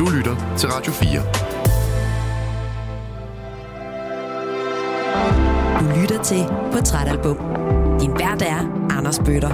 Du lytter til Radio 4. Du lytter til Portrætalbum. Din vært er Anders Bøtter.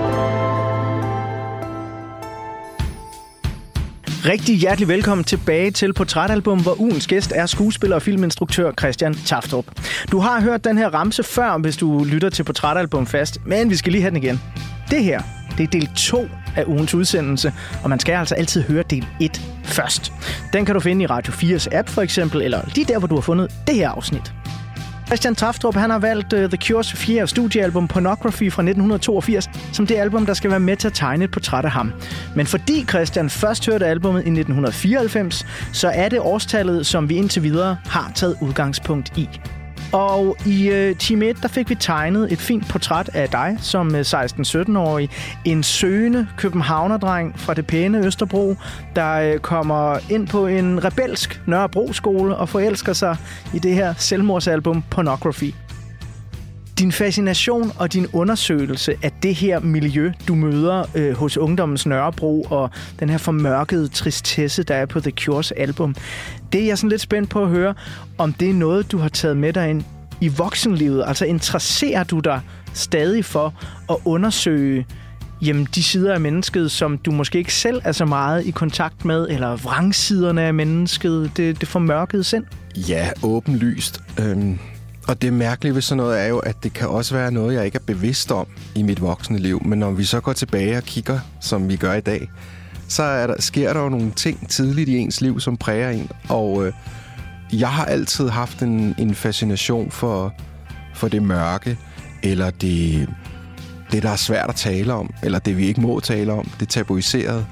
Rigtig hjertelig velkommen tilbage til Portrætalbum, hvor ugens gæst er skuespiller og filminstruktør Christian Tafdrup. Du har hørt den her ramse før, hvis du lytter til Portrætalbum fast, men vi skal lige have den igen. Det her, det er del 2 af ugens udsendelse, og man skal altså altid høre del 1 først. Den kan du finde i Radio 4's app for eksempel, eller lige der, hvor du har fundet det her afsnit. Christian Tafdrup, han har valgt The Cures 4. studiealbum Pornography fra 1982 som det album, der skal være med til at tegne et portræt af ham. Men fordi Christian først hørte albumet i 1994, så er det årstallet, som vi indtil videre har taget udgangspunkt i. Og i time 1, der fik vi tegnet et fint portræt af dig som 16-17-årig. En søgende københavnerdreng fra det pæne Østerbro, der kommer ind på en rebelsk Nørrebro-skole og forelsker sig i det her selvmordsalbum Pornography. Din fascination og din undersøgelse af det her miljø, du møder hos ungdommens Nørrebro, og den her formørkede tristesse, der er på The Cures album, det er jeg sådan lidt spændt på at høre, om det er noget, du har taget med dig ind i voksenlivet. Altså interesserer du dig stadig for at undersøge de sider af mennesket, som du måske ikke selv er så meget i kontakt med, eller vrangsiderne af mennesket, det formørkede sind? Ja, åbenlyst. Og det mærkelige ved sådan noget er jo, at det kan også være noget, jeg ikke er bevidst om i mit voksne liv. Men når vi så går tilbage og kigger, som vi gør i dag, så sker der jo nogle ting tidligt i ens liv, som præger en. Og jeg har altid haft en fascination for det mørke, eller det, der er svært at tale om, eller det, vi ikke må tale om, det tabuiseret.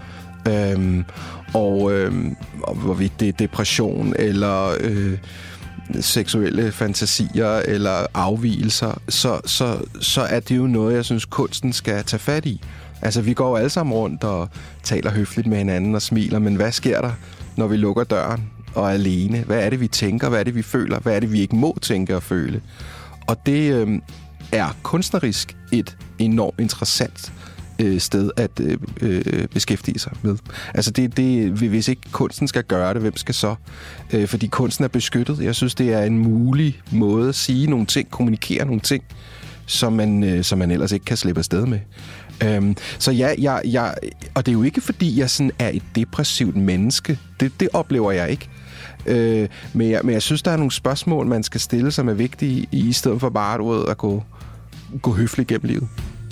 Og hvorvidt det er depression, eller seksuelle fantasier eller afvigelser, så er det jo noget, jeg synes, kunsten skal tage fat i. Altså, vi går jo alle sammen rundt og taler høfligt med hinanden og smiler, men hvad sker der, når vi lukker døren og er alene? Hvad er det, vi tænker? Hvad er det, vi føler? Hvad er det, vi ikke må tænke og føle? Og det er kunstnerisk et enormt interessant sted at beskæftige sig med. Altså hvis ikke kunsten skal gøre det, hvem skal så? Fordi kunsten er beskyttet. Jeg synes, det er en mulig måde at sige nogle ting, kommunikere nogle ting, som man ellers ikke kan slippe afsted med. Så ja, og det er jo ikke, fordi jeg sådan er et depressivt menneske. Det oplever jeg ikke. Men jeg synes, der er nogle spørgsmål, man skal stille, som er vigtige, i stedet for bare at gå høfligt gennem livet.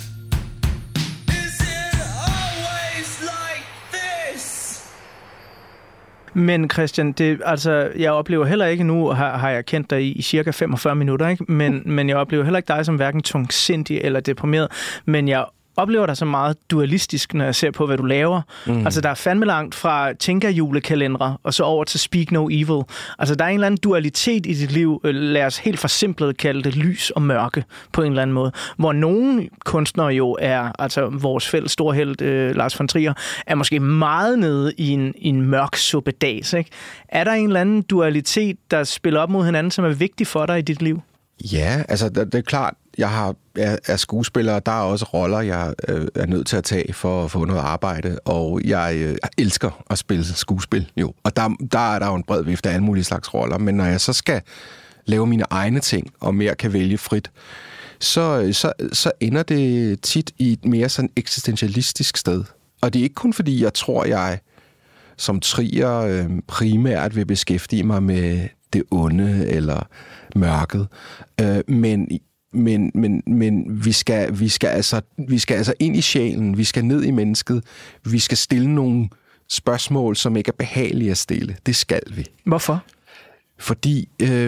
Men Christian, jeg oplever heller ikke, nu har jeg kendt dig i cirka 45 minutter, ikke? Men jeg oplever heller ikke dig som hverken tungsindig eller deprimeret, men jeg oplever dig så meget dualistisk, når jeg ser på, hvad du laver. Altså, der er fandme langt fra Tinker-julekalendere og så over til Speak No Evil. Altså, der er en eller anden dualitet i dit liv, lad os helt forsimplet kalde det lys og mørke på en eller anden måde. Hvor nogle kunstnere jo er, altså vores fælles storhelt, Lars von Trier, er måske meget nede i en mørk suppedas, ikke? Er der en eller anden dualitet, der spiller op mod hinanden, som er vigtig for dig i dit liv? Ja, altså det er klart, jeg er skuespiller, og der er også roller, jeg er nødt til at tage for at få noget arbejde, og jeg elsker at spille skuespil, jo. Og der er der jo en bred vifte af alle mulige slags roller, men når jeg så skal lave mine egne ting, og mere kan vælge frit, så ender det tit i et mere sådan eksistentialistisk sted. Og det er ikke kun fordi, jeg tror, jeg som Trier primært vil beskæftige mig med det onde eller mørket, men vi skal altså ind i sjælen, vi skal ned i mennesket, vi skal stille nogle spørgsmål, som ikke er behagelige at stille. Det skal vi. Hvorfor? Fordi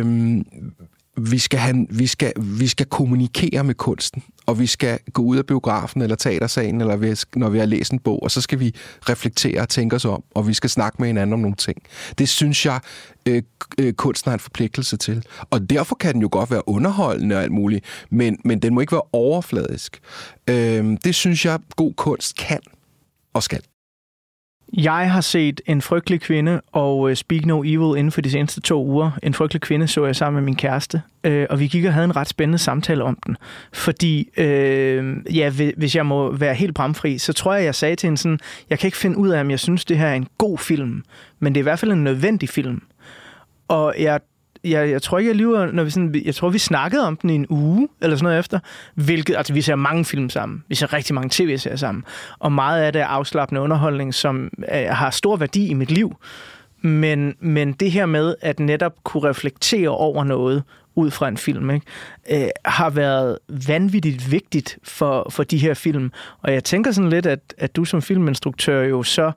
vi skal kommunikere med kunsten, og vi skal gå ud af biografen eller teatersalen, eller når vi har læst en bog, og så skal vi reflektere og tænke os om, og vi skal snakke med hinanden om nogle ting. Det synes jeg, kunsten har en forpligtelse til. Og derfor kan den jo godt være underholdende og alt muligt, men den må ikke være overfladisk. Det synes jeg, god kunst kan og skal. Jeg har set En frygtelig kvinde og Speak No Evil inden for de seneste 2 uger. En frygtelig kvinde så jeg sammen med min kæreste, og vi gik og havde en ret spændende samtale om den. Fordi, hvis jeg må være helt bramfri, så tror jeg sagde til hende sådan, jeg kan ikke finde ud af, om jeg synes, det her er en god film, men det er i hvert fald en nødvendig film. Og jeg tror ikke, jeg lyver, jeg tror, vi snakkede om den i en uge, eller sådan noget efter, hvilket, altså vi ser mange film sammen, vi ser rigtig mange tv-serier sammen, og meget af det er afslappende underholdning, som har stor værdi i mit liv, men det her med, at netop kunne reflektere over noget, ud fra en film, ikke, har været vanvittigt vigtigt for de her film, og jeg tænker sådan lidt, at du som filminstruktør jo så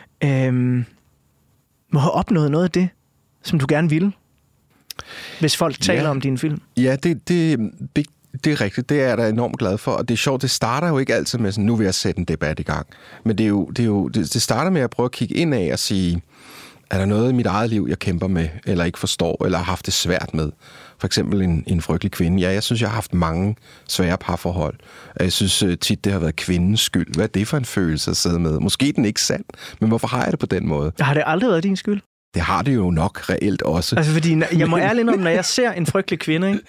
må have opnået noget af det, som du gerne ville, hvis folk taler om din film. Ja, det er rigtigt. Det er jeg da enormt glad for. Og det er sjovt, det starter jo ikke altid med sådan, nu vil jeg sætte en debat i gang. Men det starter med at prøve at kigge ind af og sige, er der noget i mit eget liv, jeg kæmper med, eller ikke forstår, eller har haft det svært med? For eksempel en frygtelig kvinde. Ja, jeg synes, jeg har haft mange svære parforhold. Jeg synes tit, det har været kvindens skyld. Hvad er det for en følelse at sidde med? Måske den ikke sand, men hvorfor har jeg det på den måde? Har det aldrig været din skyld? Det har det jo nok reelt også. Altså, fordi jeg må ærligt om, når jeg ser En frygtelig kvinde, ikke,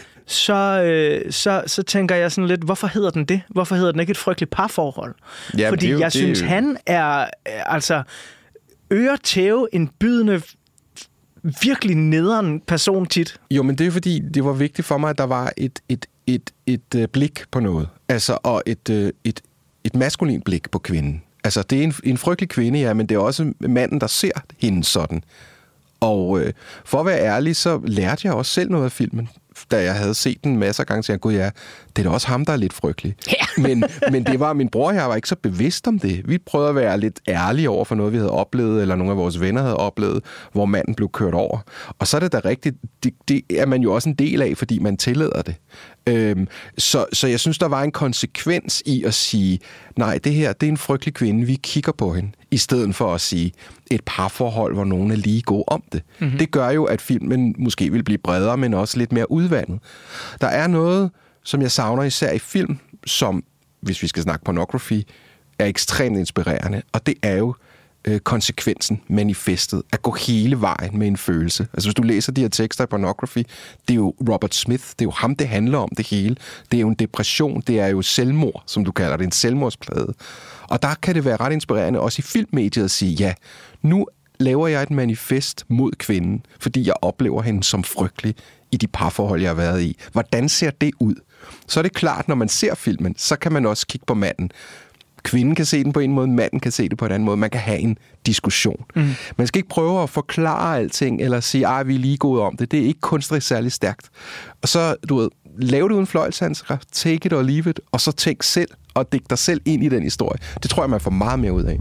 så tænker jeg sådan lidt, hvorfor hedder den det? Hvorfor hedder den ikke Et frygteligt parforhold? Ja, fordi jeg synes, han er altså øretæve en bydende, virkelig nederen person tit. Jo, men det er fordi, det var vigtigt for mig, at der var et blik på noget. Altså, og et maskulint blik på kvinden. Altså, det er en frygtelig kvinde, ja, men det er også manden, der ser hende sådan. Og for at være ærlig, så lærte jeg også selv noget af filmen. Da jeg havde set den masser af gange, så jeg, gud ja, det er da også ham, der er lidt frygtelig. Ja. men det var min bror og jeg var ikke så bevidst om det. Vi prøvede at være lidt ærlige over for noget, vi havde oplevet, eller nogle af vores venner havde oplevet, hvor manden blev kørt over. Og så er det da rigtigt, det er man jo også en del af, fordi man tillader det. Så jeg synes, der var en konsekvens i at sige, nej, det her, det er en frygtelig kvinde, vi kigger på hende, i stedet for at sige et parforhold, hvor nogen er lige gode om det. Mm-hmm. Det gør jo, at filmen måske vil blive bredere, men også lidt mere udvandet. Der er noget, som jeg savner især i film, som, hvis vi skal snakke pornography, er ekstremt inspirerende, og det er jo konsekvensen, manifestet, at gå hele vejen med en følelse. Altså hvis du læser de her tekster i pornography, det er jo Robert Smith, det er jo ham, det handler om det hele. Det er jo en depression, det er jo selvmord, som du kalder det, en selvmordsplade. Og der kan det være ret inspirerende, også i filmmediet, at sige, ja, nu laver jeg et manifest mod kvinden, fordi jeg oplever hende som frygtelig i de parforhold, jeg har været i. Hvordan ser det ud? Så er det klart, når man ser filmen, så kan man også kigge på manden. Kvinden kan se den på en måde, manden kan se det på en anden måde. Man kan have en diskussion. Mm. Man skal ikke prøve at forklare alting, eller sige, vi er lige gode om det. Det er ikke kunstnerisk særlig stærkt. Og så, lav det uden fløjlshandsker, take it or leave it, og så tænk selv, og dæk dig selv ind i den historie. Det tror jeg, man får meget mere ud af.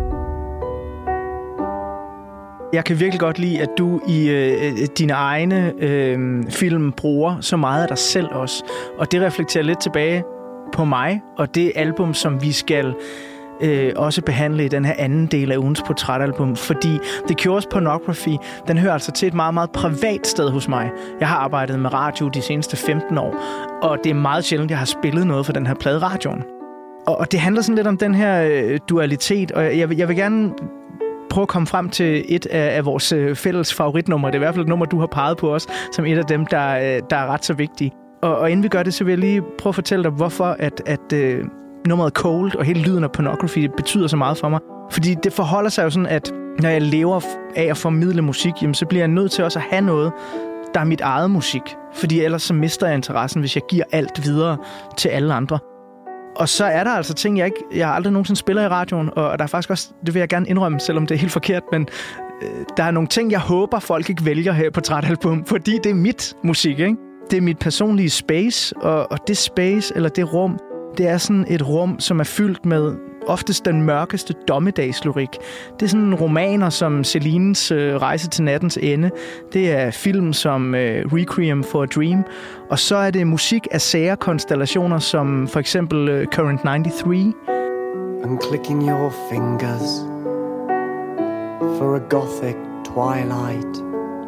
Jeg kan virkelig godt lide, at du i dine egne film bruger så meget af dig selv også. Og det reflekterer lidt tilbage på mig, og det album, som vi skal også behandle i den her anden del af ugens portrætalbum, fordi The Cure's Pornography, den hører altså til et meget, meget privat sted hos mig. Jeg har arbejdet med radio de seneste 15 år, og det er meget sjældent, jeg har spillet noget for den her plade radioen. Og det handler sådan lidt om den her dualitet, og jeg vil gerne prøve at komme frem til et af vores fælles favoritnumre. Det er i hvert fald et nummer, du har peget på os, som et af dem, der er ret så vigtige. Og inden vi gør det, så vil jeg lige prøve at fortælle dig, hvorfor at nummeret Cold og hele lyden af pornography betyder så meget for mig. Fordi det forholder sig jo sådan, at når jeg lever af at formidle musik, jamen, så bliver jeg nødt til også at have noget, der er mit eget musik. Fordi ellers så mister jeg interessen, hvis jeg giver alt videre til alle andre. Og så er der altså ting, jeg aldrig nogensinde spiller i radioen, og der er faktisk også, det vil jeg gerne indrømme, selvom det er helt forkert, men der er nogle ting, jeg håber, folk ikke vælger her på portrætalbum, fordi det er mit musik, ikke? Det er mit personlige space, og det space, eller det rum, det er sådan et rum, som er fyldt med oftest den mørkeste dommedagslyrik. Det er sådan romaner som Celines Rejse til nattens ende. Det er film som Requiem for a Dream. Og så er det musik af sære konstellationer som for eksempel Current 93. And clicking your fingers for a gothic twilight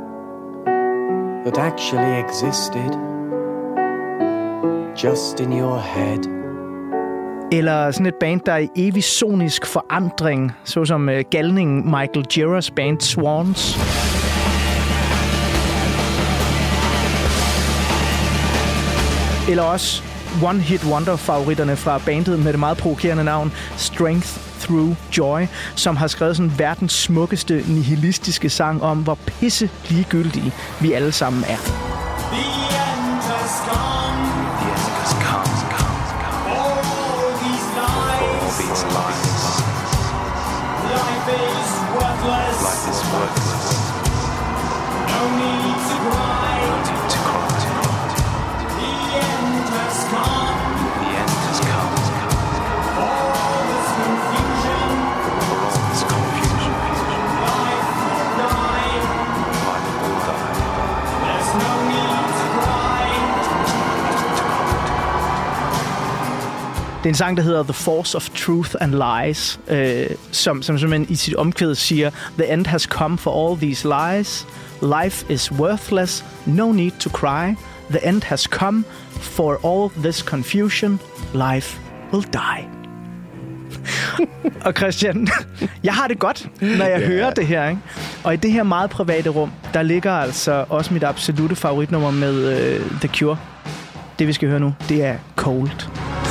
that actually existed just in your head. Eller sådan et band, der er i evig sonisk forandring, såsom galningen Michael Giras band Swans. Eller også one-hit wonder-favoritterne fra bandet med det meget provokerende navn Strength Through Joy, som har skrevet sådan verdens smukkeste nihilistiske sang om, hvor pisse ligegyldige vi alle sammen er. Det er en sang, der hedder The Force of Truth and Lies, som simpelthen i sit omkvæd siger, The end has come for all these lies. Life is worthless. No need to cry. The end has come for all this confusion. Life will die. Og Christian, jeg har det godt, når jeg hører det her, ikke? Og i det her meget private rum, der ligger altså også mit absolutte favoritnummer med The Cure. Det vi skal høre nu, det er Cold.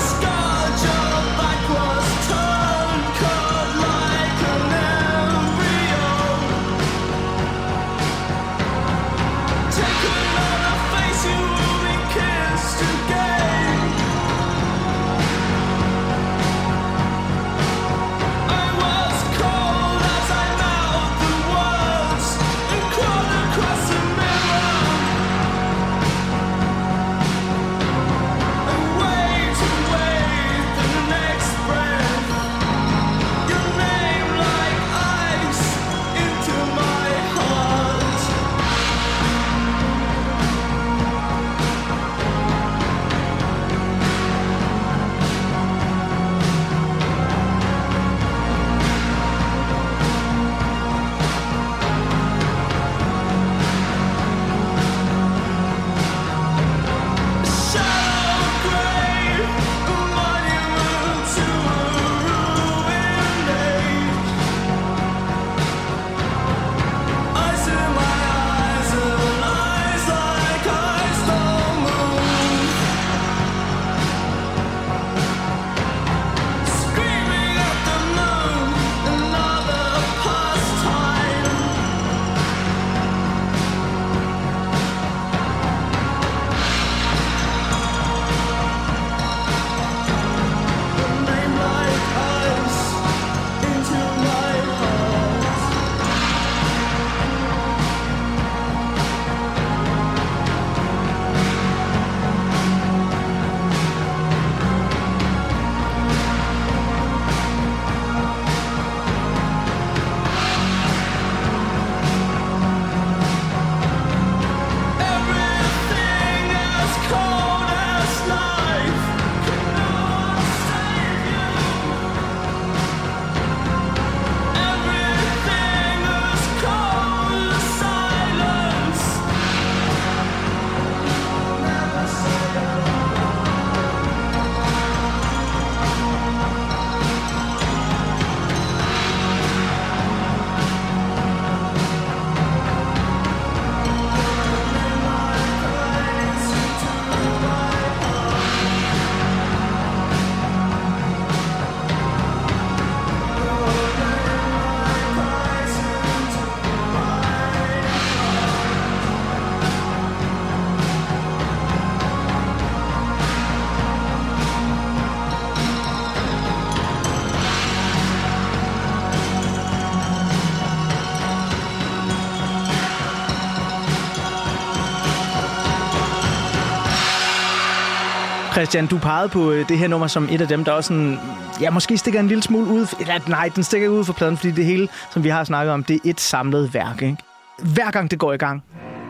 Christian, du pegede på det her nummer som et af dem, der også sådan, ja, måske stikker en lille smule ud. Eller, nej, den stikker ud for pladen, fordi det hele, som vi har snakket om, det er et samlet værk, ikke? Hver gang det går i gang,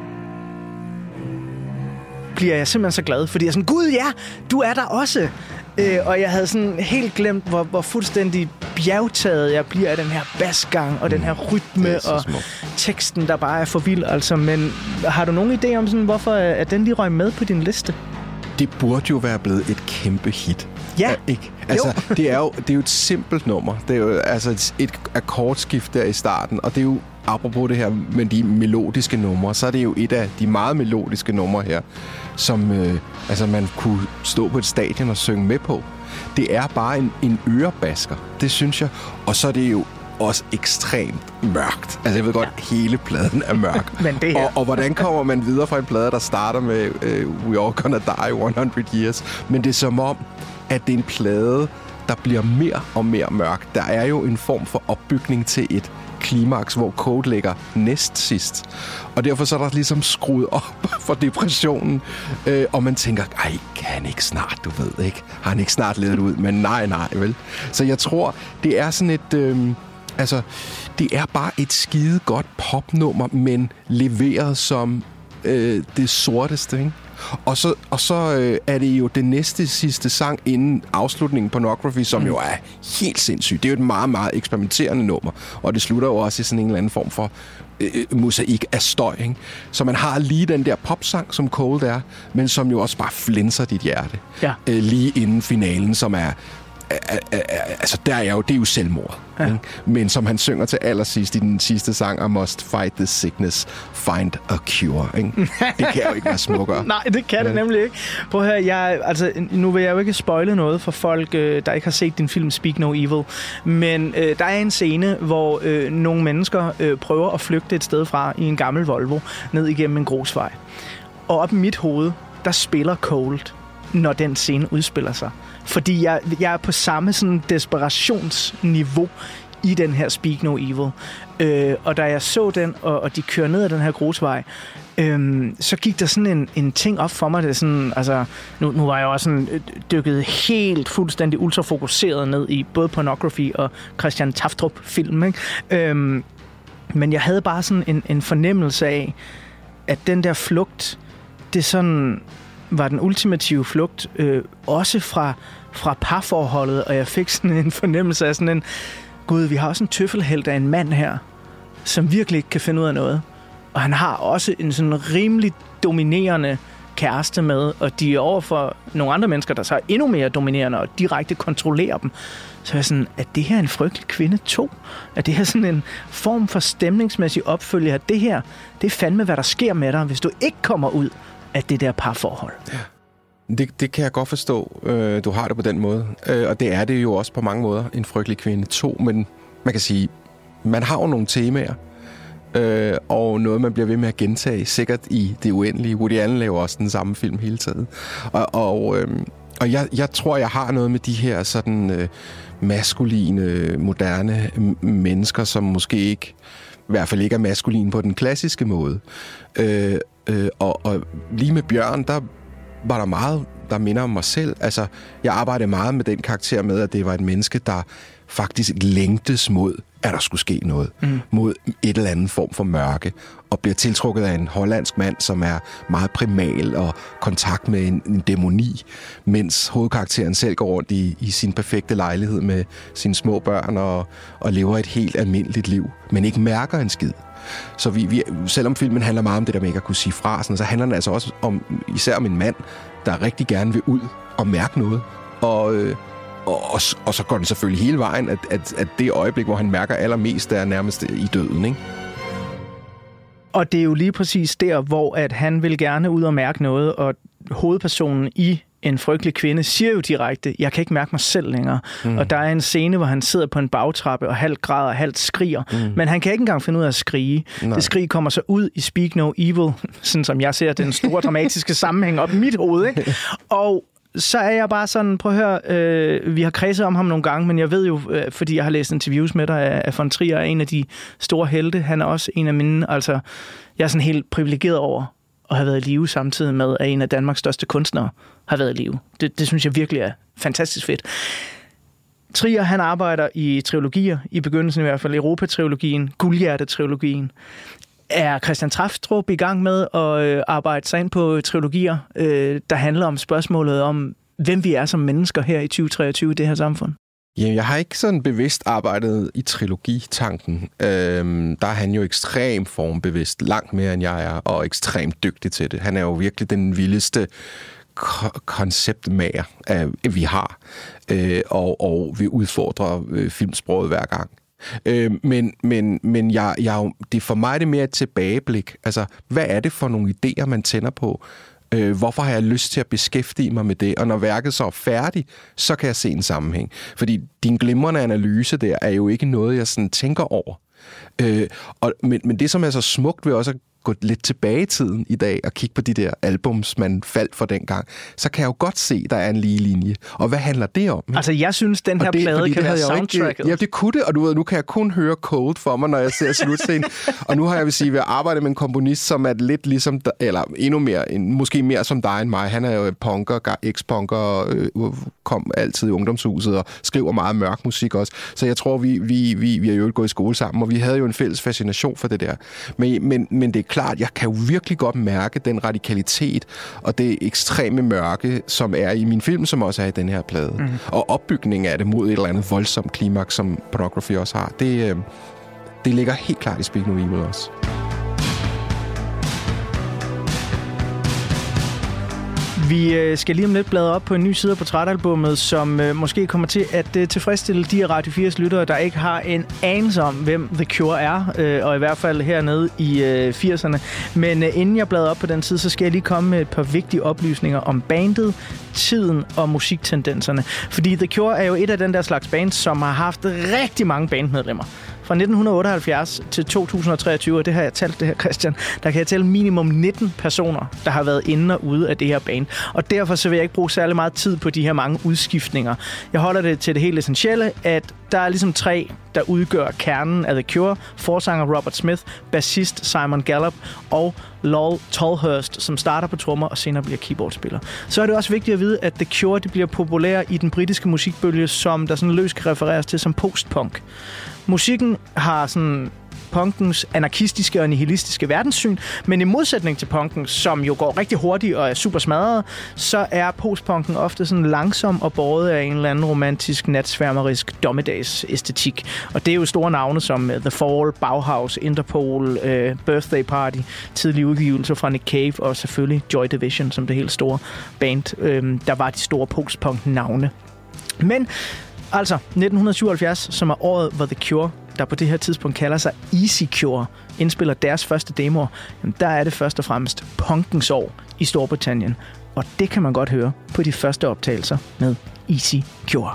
bliver jeg simpelthen så glad, fordi jeg er sådan, gud ja, du er der også. Og jeg havde sådan helt glemt, hvor fuldstændig bjergtaget jeg bliver af den her basgang og den her rytme og teksten, der bare er for vild. Altså, men har du nogen idé om, sådan, hvorfor er den lige røg med på din liste? Det burde jo være blevet et kæmpe hit. Ja. Ikke? Altså, det er jo et simpelt nummer. Det er jo altså et akkordskift der i starten, og det er jo, apropos det her med de melodiske numre, så er det jo et af de meget melodiske numre her, som man kunne stå på et stadion og synge med på. Det er bare en ørebasker, det synes jeg. Og så er det jo også ekstremt mørkt. Altså, jeg ved godt, hele pladen er mørk. Men det her... og hvordan kommer man videre fra en plade, der starter med We All Gonna Die 100 Years? Men det er som om, at det er en plade, der bliver mere og mere mørk. Der er jo en form for opbygning til et klimaks, hvor Cold ligger næst sidst. Og derfor så er der ligesom skruet op for depressionen. Og man tænker, ej, kan han ikke snart, du ved ikke? Har han ikke snart ledet ud? Men nej, vel? Så jeg tror, det er sådan et... det er bare et skide godt popnummer, men leveret som det sorteste, ikke? Og så er det jo det sidste sang inden afslutningen på Pornography, som jo er helt sindssygt. Det er jo et meget, meget eksperimenterende nummer, og det slutter jo også i sådan en eller anden form for mosaik af støj, ikke? Så man har lige den der popsang, som Cold er, men som jo også bare flænser dit hjerte. Ja. Lige inden finalen, som er... altså, det er jo selvmord. Ja. Ikke? Men som han synger til allersidst i den sidste sang, I must fight this sickness, find a cure. Ikke? Det kan jo ikke være smukkere. Nej, det kan det nemlig ikke. Prøv at høre, nu vil jeg jo ikke spoile noget for folk, der ikke har set din film Speak No Evil, men der er en scene, hvor nogle mennesker prøver at flygte et sted fra i en gammel Volvo, ned igennem en grusvej. Og op i mit hoved, der spiller Cold, når den scene udspiller sig. Fordi jeg er på samme sådan desperationsniveau i den her Speak No Evil. Og da jeg så den, og de kører ned ad den her grusvej, så gik der sådan en ting op for mig. Det sådan, altså, nu var jeg også sådan dykket helt fuldstændig ultrafokuseret ned i både Pornography og Christian Tafdrup-film, ikke? Men jeg havde bare sådan en fornemmelse af, at den der flugt, det sådan... var den ultimative flugt, også fra parforholdet, og jeg fik sådan en fornemmelse af sådan en, gud, vi har også en tøffelhelt af en mand her, som virkelig ikke kan finde ud af noget. Og han har også en sådan rimelig dominerende kæreste med, og de er over for nogle andre mennesker, der så er endnu mere dominerende og direkte kontrollerer dem. Så er jeg sådan, er det her en frygtelig kvinde 2? Er det her sådan en form for stemningsmæssig opfølger? Det her, det er fandme, hvad der sker med dig, hvis du ikke kommer ud af det der parforhold. Ja. Det kan jeg godt forstå, du har det på den måde. Og det er det jo også på mange måder, en frygtelig kvinde 2. Men man kan sige, man har jo nogle temaer, og noget, man bliver ved med at gentage, sikkert i det uendelige. Woody Allen laver også den samme film hele tiden. Og jeg tror, jeg har noget med de her sådan maskuline, moderne mennesker, som måske ikke, i hvert fald ikke er maskuline på den klassiske måde. Og lige med Bjørn, der var der meget, der minder om mig selv. Altså, jeg arbejdede meget med den karakter med, at det var et menneske, der faktisk længtes mod, at der skulle ske noget. Mod et eller andet form for mørke. Og bliver tiltrukket af en hollandsk mand, som er meget primal og kontakt med en dæmoni. Mens hovedkarakteren selv går rundt i sin perfekte lejlighed med sine små børn og lever et helt almindeligt liv. Men ikke mærker en skid. Så selvom filmen handler meget om det der med ikke at kunne sige fra, så handler den altså også især om en mand, der rigtig gerne vil ud og mærke noget. Og så går den selvfølgelig hele vejen, at det øjeblik, hvor han mærker allermest, er nærmest i døden, ikke? Og det er jo lige præcis der, hvor at han vil gerne ud og mærke noget, og hovedpersonen i En frygtelig kvinde siger jo direkte, jeg kan ikke mærke mig selv længere. Og der er en scene, hvor han sidder på en bagtrappe og halvt græder og halvt skriger. Men han kan ikke engang finde ud af at skrige. Nej. Det skrig kommer så ud i Speak No Evil, sådan som jeg ser den store dramatiske sammenhæng op i mit hoved, ikke? Og så er jeg bare sådan, prøv at høre, vi har kredset om ham nogle gange, men jeg ved jo, fordi jeg har læst interviews med dig af von Trier, en af de store helte. Han er også en af mine, altså, jeg er sådan helt privilegeret over at have været i live samtidig med, at en af Danmarks største kunstnere har været i live. Det synes jeg virkelig er fantastisk fedt. Trier, han arbejder i trilogier, i begyndelsen i hvert fald Europa-trilogien, Guldhjerte-trilogien. Er Christian Tafdrup i gang med at arbejde sig ind på trilogier, der handler om spørgsmålet om, hvem vi er som mennesker her i 2023 i det her samfund? Ja, jeg har ikke sådan bevidst arbejdet i trilogitanken. Der er han jo ekstremt formbevidst, langt mere end jeg er, og ekstremt dygtig til det. Han er jo virkelig den vildeste konceptmager, vi har, og vi udfordrer filmsproget hver gang. Men det for mig er det mere et tilbageblik. Altså, hvad er det for nogle idéer, man tænder på? Hvorfor har jeg lyst til at beskæftige mig med det? Og når værket så er færdigt, så kan jeg se en sammenhæng. Fordi din glimrende analyse der er jo ikke noget, jeg sådan tænker over. Men det, som er så smukt ved også at gå lidt tilbage i tiden i dag og kigge på de der albums, man faldt for dengang, så kan jeg jo godt se, der er en lige linje. Og hvad handler det om? Altså, jeg synes, den her plade kan være soundtracket. Ja, det kunne det, og du ved, nu kan jeg kun høre Cold for mig, når jeg ser slutscenen. Og nu har jeg ved at arbejde med en komponist, som er lidt ligesom, eller endnu mere, måske mere som dig end mig. Han er jo punker, ex-punker, kom altid i ungdomshuset og skriver meget mørk musik også. Så jeg tror, vi har jo gået i skole sammen, og vi havde jo en fælles fascination for det der. Men det er klart, jeg kan jo virkelig godt mærke den radikalitet og det ekstreme mørke, som er i min film, som også er i den her plade. Mm. Og opbygningen af det mod et eller andet voldsomt klimaks, som Pornography også har, det ligger helt klart i Speak No Evil også. Vi skal lige om lidt bladre op på en ny side af portrætalbummet, som måske kommer til at tilfredsstille de af Radio 4's lyttere, der ikke har en anelse om, hvem The Cure er, og i hvert fald hernede i 80'erne. Men inden jeg bladrer op på den side, så skal jeg lige komme med et par vigtige oplysninger om bandet, tiden og musiktendenserne. Fordi The Cure er jo et af den der slags bands, som har haft rigtig mange bandmedlemmer. Fra 1978 til 2023, og det har jeg talt det her, Christian, der kan jeg tælle minimum 19 personer, der har været inde og ude af det her band. Og derfor så vil jeg ikke bruge særlig meget tid på de her mange udskiftninger. Jeg holder det til det helt essentielle, at der er ligesom 3, der udgør kernen af The Cure. Forsanger Robert Smith, bassist Simon Gallup og Lol Tolhurst, som starter på trommer og senere bliver keyboardspiller. Så er det også vigtigt at vide, at The Cure det bliver populær i den britiske musikbølge, som der sådan løst kan refereres til som postpunk. Musikken har sådan punkens anarkistiske og nihilistiske verdenssyn, men i modsætning til punken, som jo går rigtig hurtigt og er super smadret, så er postpunken ofte sådan langsom og båret af en eller anden romantisk, natsværmerisk dommedagsæstetik. Og det er jo store navne som The Fall, Bauhaus, Interpol, Birthday Party, tidlige udgivelser fra Nick Cave og selvfølgelig Joy Division som det helt store band. Der var de store postpunk-navne. Men altså 1977, som er året, hvor The Cure, der på det her tidspunkt kalder sig Easy Cure, indspiller deres første demoer, der er det først og fremmest punkens år i Storbritannien. Og det kan man godt høre på de første optagelser med Easy Cure.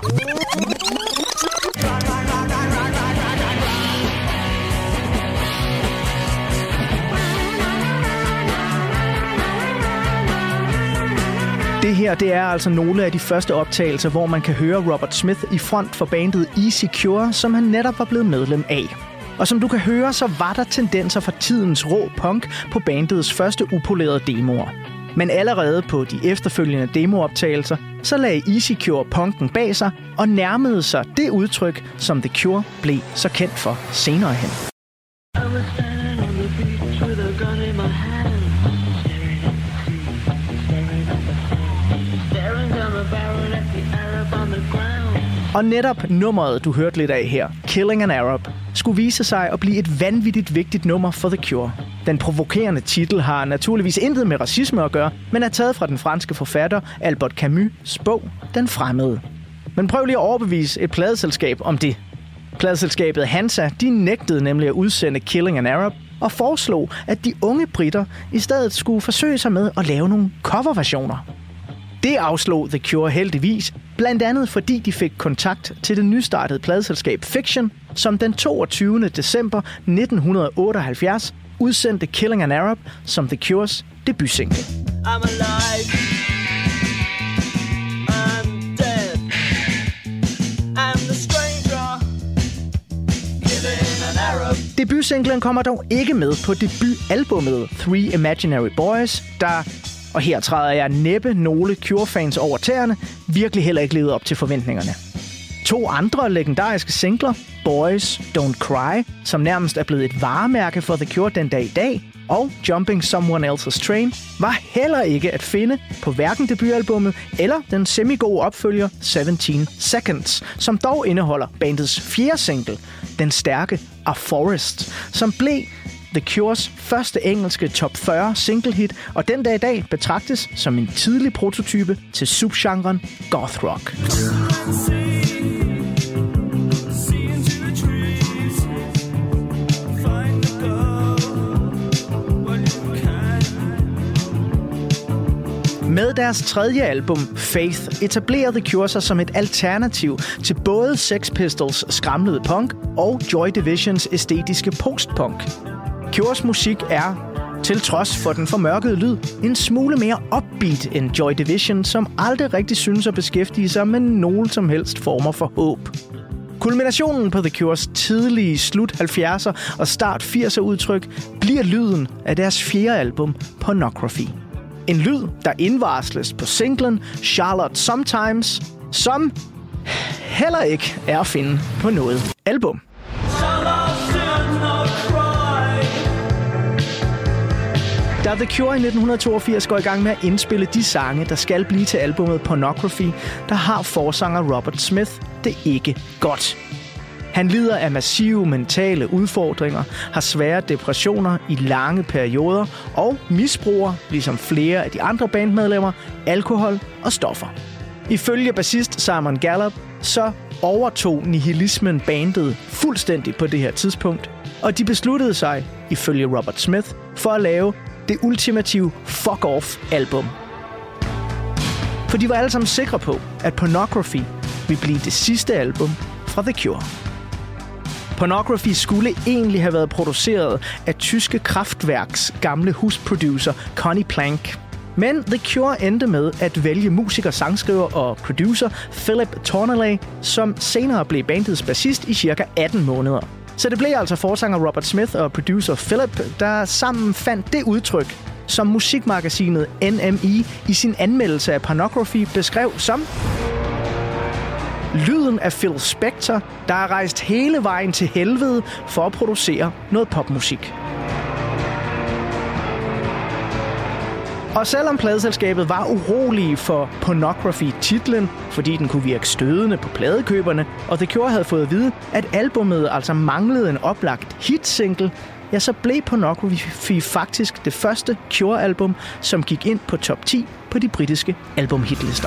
Det her, det er altså nogle af de første optagelser, hvor man kan høre Robert Smith i front for bandet Easy Cure, som han netop var blevet medlem af. Og som du kan høre, så var der tendenser fra tidens rå punk på bandets første upolerede demoer. Men allerede på de efterfølgende demooptagelser, så lagde Easy Cure punken bag sig og nærmede sig det udtryk, som The Cure blev så kendt for senere hen. Og netop nummeret, du hørte lidt af her, Killing an Arab, skulle vise sig at blive et vanvittigt vigtigt nummer for The Cure. Den provokerende titel har naturligvis intet med racisme at gøre, men er taget fra den franske forfatter Albert Camus' bog Den Fremmede. Men prøv lige at overbevise et pladeselskab om det. Pladeselskabet Hansa, de nægtede nemlig at udsende Killing an Arab og foreslog, at de unge britter i stedet skulle forsøge sig med at lave nogle coverversioner. Det afslog The Cure heldigvis, blandt andet fordi de fik kontakt til det nystartede pladeselskab Fiction, som den 22. december 1978 udsendte Killing an Arab som The Cures debutsingle. I'm alive. I'm dead. I'm the stranger. Killing an Arab. Debutsinglen kommer dog ikke med på debutalbummet Three Imaginary Boys, der, og her træder jeg næppe nogle Cure-fans over tæerne, virkelig heller ikke levede op til forventningerne. 2 andre legendariske singler, Boys Don't Cry, som nærmest er blevet et varemærke for The Cure den dag i dag, og Jumping Someone Else's Train, var heller ikke at finde på hverken debutalbummet eller den semi-gode opfølger 17 Seconds, som dog indeholder bandets 4. single, den stærke A Forest, som blev The Cures første engelske top 40 single hit, og den dag i dag betragtes som en tidlig prototype til subgenren goth rock. Med deres tredje album, Faith, etablerer The Cure sig som et alternativ til både Sex Pistols skramlede punk og Joy Divisions æstetiske postpunk. Cures musik er, til trods for den formørkede lyd, en smule mere upbeat end Joy Division, som aldrig rigtig synes at beskæftige sig med nogen som helst former for håb. Kulminationen på The Cures tidlige slut 70'er og start 80'er udtryk bliver lyden af deres fjerde album, Pornography. En lyd, der indvarsles på singlen Charlotte Sometimes, som heller ikke er at finde på noget album. Da The Cure i 1982 går i gang med at indspille de sange, der skal blive til albumet Pornography, der har forsanger Robert Smith det ikke godt. Han lider af massive mentale udfordringer, har svære depressioner i lange perioder og misbruger, ligesom flere af de andre bandmedlemmer, alkohol og stoffer. Ifølge bassist Simon Gallup, så overtog nihilismen bandet fuldstændig på det her tidspunkt, og de besluttede sig, ifølge Robert Smith, for at lave det ultimative fuck-off-album. For de var alle sammen sikre på, at Pornography ville blive det sidste album fra The Cure. Pornography skulle egentlig have været produceret af tyske Kraftwerks gamle husproducer Conny Plank. Men The Cure endte med at vælge musiker, sangskriver og producer Philip Torneley, som senere blev bandets bassist i cirka 18 måneder. Så det blev altså forsanger Robert Smith og producer Philip, der sammen fandt det udtryk, som musikmagasinet NME i sin anmeldelse af Pornography beskrev som lyden af Phil Spector, der er rejst hele vejen til helvede for at producere noget popmusik. Og selvom pladeselskabet var urolige for Pornography-titlen, fordi den kunne virke stødende på pladekøberne, og The Cure havde fået at vide, at albumet altså manglede en oplagt hitsingle, ja, så blev Pornography faktisk det første Cure-album, som gik ind på top 10 på de britiske albumhitlister.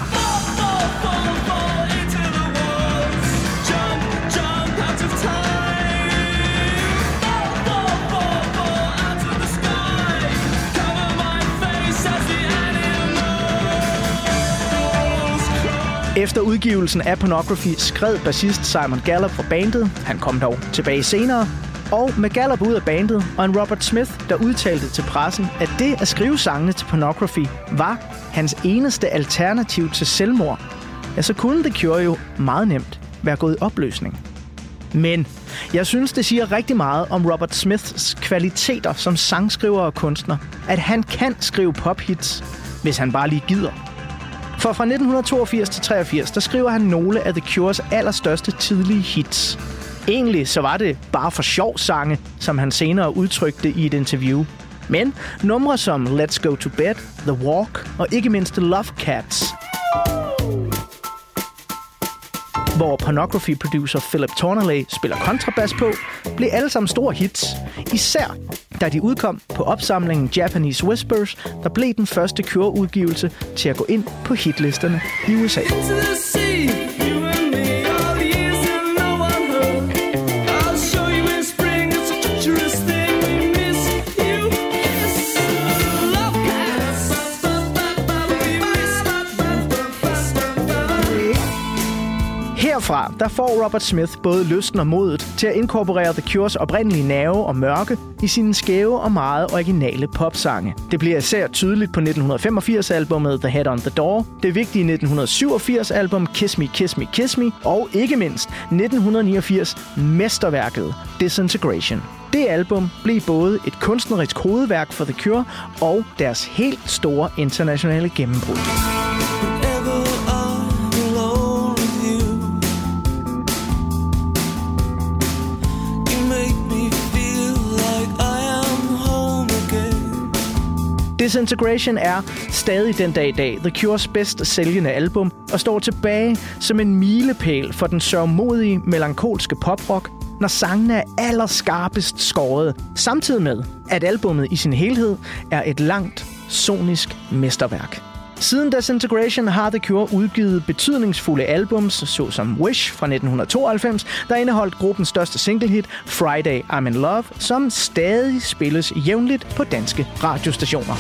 Efter udgivelsen af Pornography skred bassist Simon Gallup fra bandet. Han kom dog tilbage senere. Og med Gallup ud af bandet og en Robert Smith, der udtalte til pressen, at det at skrive sangene til Pornography var hans eneste alternativ til selvmord, ja, så kunne The Cure jo meget nemt være gået i opløsning. Men jeg synes, det siger rigtig meget om Robert Smiths kvaliteter som sangskriver og kunstner, at han kan skrive pophits, hvis han bare lige gider. For fra 1982 til 83, der skriver han nogle af The Cures allerstørste tidlige hits. Egentlig så var det bare for sjov sange, som han senere udtrykte i et interview. Men numre som Let's Go to Bed, The Walk og ikke mindst Love Cats, hvor Pornography-producer Philip Torneley spiller kontrabas på, blev alle sammen store hits. Især da de udkom på opsamlingen Japanese Whispers, der blev den første Cure-udgivelse til at gå ind på hitlisterne i USA. Herfra, der får Robert Smith både lysten og modet til at inkorporere The Cures oprindelige nerve og mørke i sine skæve og meget originale popsange. Det bliver især tydeligt på 1985-albummet The Head on the Door, det vigtige 1987-album Kiss Me, Kiss Me, Kiss Me, og ikke mindst 1989 mesterværket Disintegration. Det album blev både et kunstnerisk hovedværk for The Cure og deres helt store internationale gennembrud. Disintegration er stadig den dag i dag The Cures bedst sælgende album og står tilbage som en milepæl for den sørgmodige, melankolske poprock, når sangene er allerskarpest skåret, samtidig med, at albummet i sin helhed er et langt, sonisk mesterværk. Siden Disintegration har The Cure udgivet betydningsfulde albums, såsom Wish fra 1992, der indeholdt gruppens største singlehit, Friday I'm in Love, som stadig spilles jævnligt på danske radiostationer.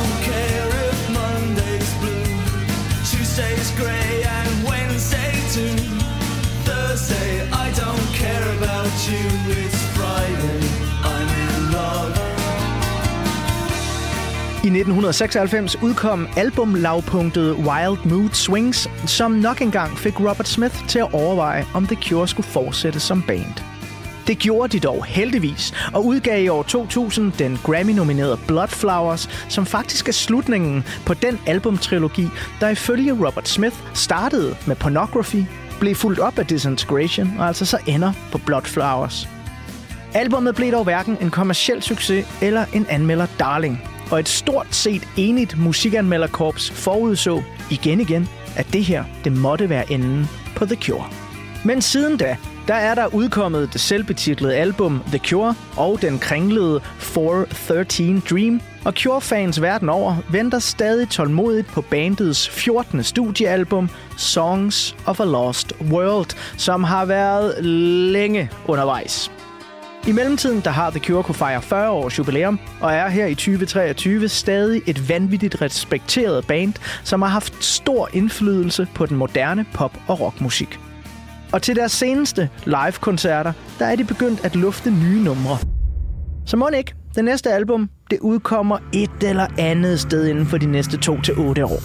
I 1996 udkom albumlavpunktet Wild Mood Swings, som nok engang fik Robert Smith til at overveje, om The Cure skulle fortsætte som band. Det gjorde de dog heldigvis, og udgav i år 2000 den Grammy-nominerede Bloodflowers, som faktisk er slutningen på den albumtrilogi, der ifølge Robert Smith startede med Pornography, blev fulgt op af Disintegration og altså så ender på Bloodflowers. Albummet blev dog hverken en kommerciel succes eller en anmelder-darling, og et stort set enigt musikanmelderkorps forudså igen, at det her, det måtte være enden på The Cure. Men siden da, der er der udkommet det selvbetitlede album The Cure og den kringlede 413 Dream, og Cure-fans verden over venter stadig tålmodigt på bandets 14. studiealbum Songs of a Lost World, som har været længe undervejs. I mellemtiden, der har The Cure kunne fejre 40 års jubilæum, og er her i 2023 stadig et vanvittigt respekteret band, som har haft stor indflydelse på den moderne pop- og rockmusik. Og til deres seneste live-koncerter, der er de begyndt at lufte nye numre. Så må ikke, det næste album, det udkommer et eller andet sted inden for de næste 2 til 8 år.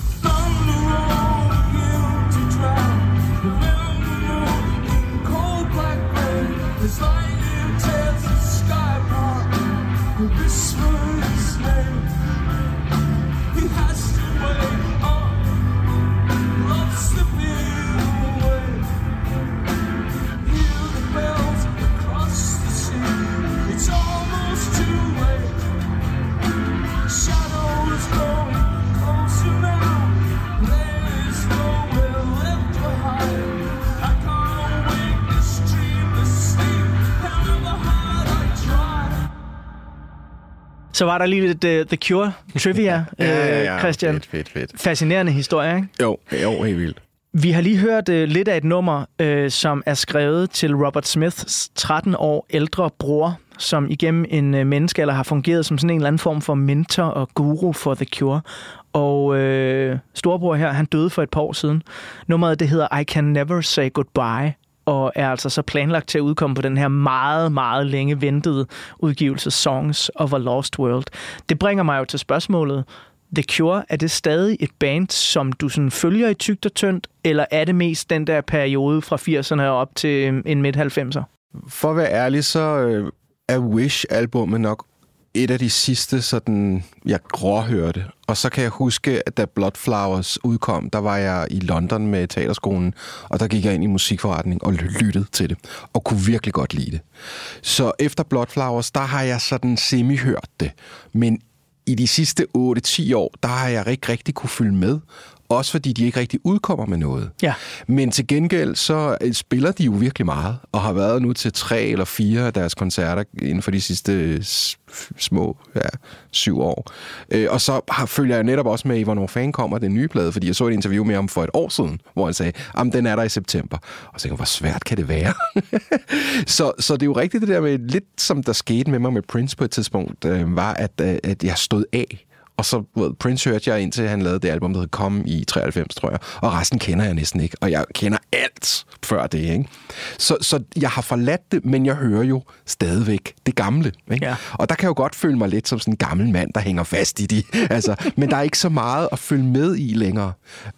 Så var der lige lidt The Cure trivia, Christian. Fedt. Fascinerende historie, ikke? Jo, helt vildt. Vi har lige hørt lidt af et nummer, som er skrevet til Robert Smiths 13 år ældre bror, som igennem en menneskealder har fungeret som sådan en eller anden form for mentor og guru for The Cure. Og storebror her, han døde for et par år siden. Nummeret, det hedder I Can Never Say Goodbye, og er altså så planlagt til at udkomme på den her meget, meget længe ventede udgivelse Songs of a Lost World. Det bringer mig jo til spørgsmålet, The Cure, er det stadig et band, som du sådan følger i tykt og tyndt, eller er det mest den der periode fra 80'erne op til en midt-90'er? For at være ærlig, så er Wish-albummet nok et af de sidste, sådan, jeg gråhørte. Og så kan jeg huske, at da Bloodflowers udkom, der var jeg i London med teaterskolen, og der gik jeg ind i musikforretning og lyttede til det, og kunne virkelig godt lide det. Så efter Bloodflowers, der har jeg sådan semi-hørt det. Men i de sidste 8-10 år, der har jeg ikke rigtig kunne følge med. Også fordi de ikke rigtig udkommer med noget. Ja. Men til gengæld, så spiller de jo virkelig meget, og har været nu til 3 eller 4 af deres koncerter inden for de sidste små 7 år. Og så følger jeg netop også med i, hvornår fanden kommer den nye plade, fordi jeg så et interview med ham for et år siden, hvor han sagde, den er der i september. Og så tænkte jeg, hvor svært kan det være? så det er jo rigtigt det der med, lidt som der skete med mig med Prince på et tidspunkt, var, at jeg stod af. Og så Prince hørte jeg indtil han lavede det album, der hed Come i 93, tror jeg. Og resten kender jeg næsten ikke. Og jeg kender alt før det, ikke? Så jeg har forladt det, men jeg hører jo stadigvæk det gamle, ikke? Ja. Og der kan jeg jo godt føle mig lidt som sådan en gammel mand, der hænger fast i de. Men der er ikke så meget at følge med i længere.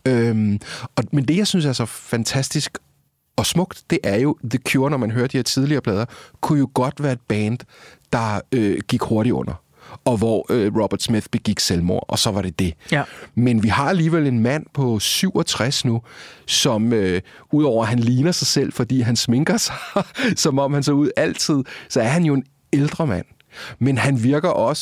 Men det, jeg synes er så fantastisk og smukt, det er jo The Cure, når man hører de her tidligere plader, kunne jo godt være et band, der gik hurtigt under. Og hvor Robert Smith begik selvmord, og så var det det. Ja. Men vi har alligevel en mand på 67 nu, som udover at han ligner sig selv, fordi han sminker sig, som om han så ud altid, så er han jo en ældre mand. Men han virker også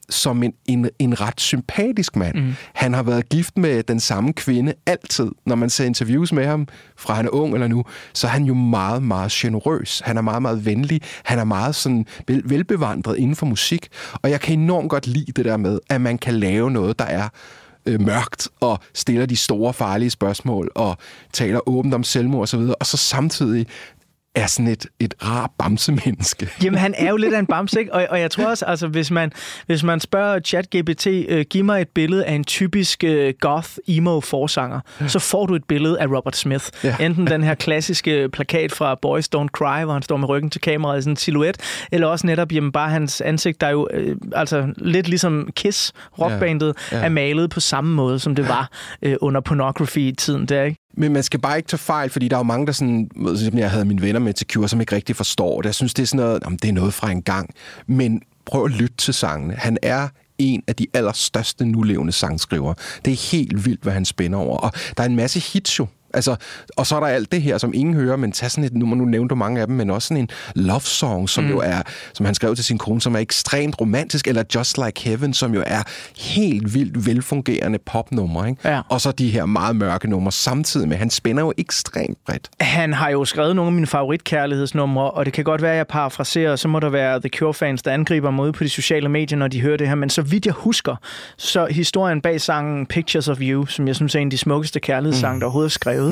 som en ret sympatisk mand. Mm. Han har været gift med den samme kvinde altid. Når man ser interviews med ham, fra han er ung eller nu, så er han jo meget, meget generøs. Han er meget, meget venlig. Han er meget sådan velbevandret inden for musik. Og jeg kan enormt godt lide det der med, at man kan lave noget, der er mørkt og stiller de store, farlige spørgsmål og taler åbent om selvmord og så videre, og så samtidig er sådan et rar bamsemenneske. Jamen, han er jo lidt af en bamse, ikke? Og jeg tror også, altså, hvis man spørger ChatGPT, giv mig et billede af en typisk goth-emo-forsanger, så får du et billede af Robert Smith. Ja. Enten den her klassiske plakat fra Boys Don't Cry, hvor han står med ryggen til kameraet i sådan en silhuet, eller også netop, jamen, bare hans ansigt, der er jo altså lidt ligesom Kiss, rockbandet, er malet på samme måde, som det var under pornography-tiden der, ikke? Men man skal bare ikke tage fejl, fordi der er jo mange, der sådan, som jeg havde mine venner med til Cure, som ikke rigtig forstår det. Jeg synes, det er sådan noget, det er noget fra en gang. Men prøv at lytte til sangene. Han er en af de allerstørste nulevende sangskrivere. Det er helt vildt, hvad han spænder over. Og der er en masse hits jo. Altså, og så er der alt det her, som ingen hører, men tag sådan et, nu nævnte du mange af dem, men også sådan en love song, som jo er, som han skrev til sin kone, som er ekstremt romantisk, eller Just Like Heaven, som jo er helt vildt velfungerende popnummer, ikke? Ja. Og så de her meget mørke numre samtidig med. Han spænder jo ekstremt bredt. Han har jo skrevet nogle af mine favoritkærlighedsnumre, og det kan godt være, at jeg parafraserer, så må der være The Cure-fans, der angriber mig ude på de sociale medier, når de hører det her, men så vidt jeg husker, så historien bag sangen Pictures of You, som jeg synes er en af de smukkeste kærlighedssange, der overhovedet er skrevet.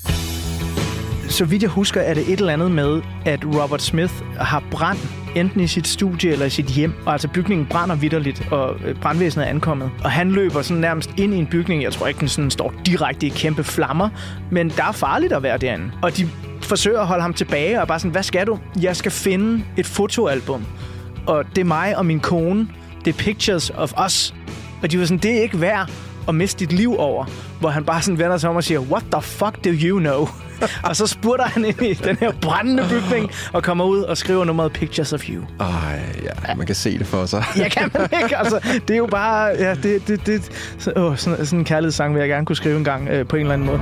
Så vidt jeg husker, er det et eller andet med, at Robert Smith har brand enten i sit studie eller i sit hjem. Og altså bygningen brænder vitterligt, og brandvæsenet er ankommet. Og han løber sådan nærmest ind i en bygning. Jeg tror ikke, den sådan står direkte i kæmpe flammer, men der er farligt at være derinde. Og de forsøger at holde ham tilbage og bare sådan, hvad skal du? Jeg skal finde et fotoalbum. Og det er mig og min kone. Det er Pictures of Us. Og de var sådan, det er ikke værd at miste dit liv over, hvor han bare sådan vender sig om og siger, what the fuck do you know? Og så spurter han ind i den her brændende bygning og kommer ud og skriver nummeret Pictures of You. Ja, man kan se det for sig. Ja, kan man ikke? Altså, det er jo bare, ja, sådan en kærlighedssang vil jeg gerne kunne skrive en gang på en eller anden måde.